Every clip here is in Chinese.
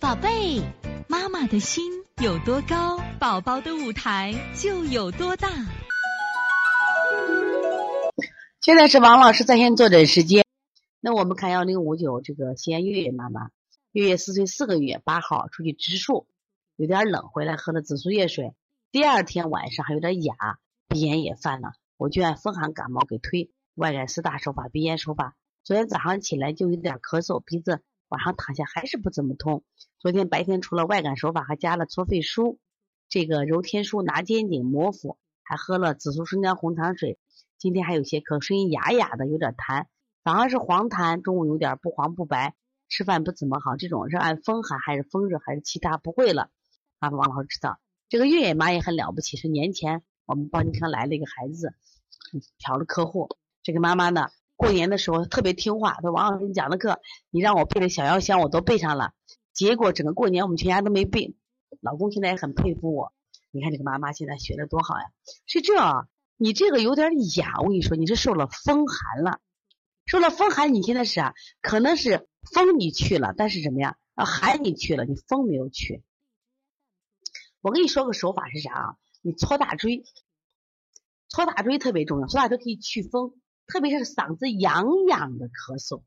宝贝，妈妈的心有多高，宝宝的舞台就有多大。 现在是王老师在线坐诊时间。那我们看1059这个西安月月妈妈，月月4岁4个月，8号出去植树，有点冷，回来喝了紫苏叶水，第二天晚上还有点哑，鼻炎也犯了，我就按风寒感冒给推，外感4大手法、鼻炎手法。昨天早上起来就有点咳嗽，鼻子晚上躺下还是不怎么通。昨天白天除了外感手法，还加了搓肺舒、这个揉天枢、拿肩颈、摩腹，还喝了紫苏生姜红糖水。今天还有些咳，声音哑哑的，有点痰，早上是黄痰，中午有点不黄不白，吃饭不怎么好。这种是按风寒还是风热还是其他？不会了啊，王老师知道。这个月月妈也很了不起，是年前我们邦尼康来了一个孩子，调了客户。这个妈妈呢，过年的时候特别听话，说王老师你讲的课，你让我背的小药箱我都背上了，结果整个过年我们全家都没背。老公现在也很佩服我，你看这个妈妈现在学的多好呀。是这啊，你这个有点哑，我跟你说你是受了风寒了，受了风寒，你现在是可能是风你去了，但是什么呀，寒你去了，你风没有去。我跟你说个手法是啥啊？你搓大椎，搓大椎特别重要，搓大椎可以祛风，特别是嗓子痒痒的咳嗽，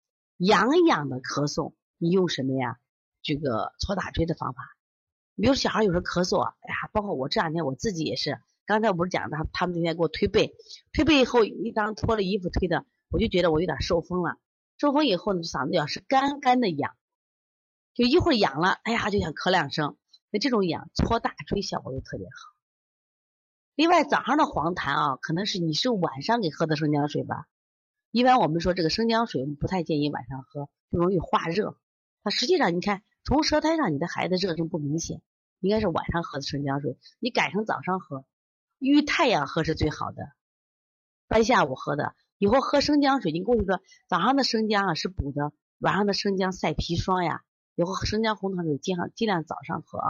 你用什么呀？这个搓大椎的方法。比如小孩有时候咳嗽哎呀，包括我这2天我自己也是，刚才我不是讲的，他们今天给我推背以后，一张脱了衣服推的，我就觉得我有点受风了，受风以后呢，嗓子要是干干的痒，就一会儿痒了，哎呀就想咳2声，那这种痒搓大椎效果就特别好。另外早上的黄痰可能是你是晚上给喝的生姜水吧，一般我们说这个生姜水我们不太建议晚上喝，就容易化热。它实际上你看从舌苔上你的孩子热症不明显，应该是晚上喝的生姜水，你改成早上喝，遇太阳喝是最好的，半下午喝的。以后喝生姜水，你过去说早上的生姜是补的，晚上的生姜晒砒霜呀，以后生姜红糖水尽量早上喝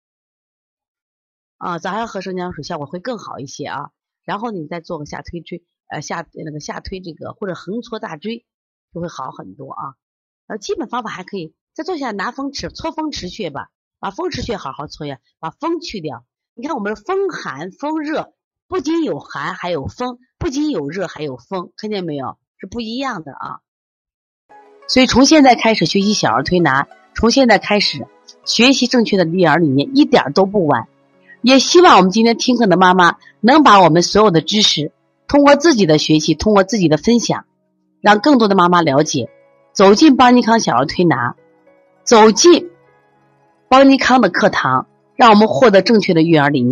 早上喝生姜水效果会更好一些然后你再做个下推这个或者横搓大椎就会好很多基本方法还可以再做一下拿风池搓风池穴吧，把风池穴好好搓呀，把风去掉。你看我们风寒风热，不仅有寒还有风，不仅有热还有风，看见没有？是不一样的所以从现在开始学习小儿推拿，从现在开始学习正确的育儿理念，一点都不晚。也希望我们今天听课的妈妈能把我们所有的知识通过自己的学习，通过自己的分享，让更多的妈妈了解，走进邦尼康小儿推拿，走进邦尼康的课堂，让我们获得正确的育儿理念。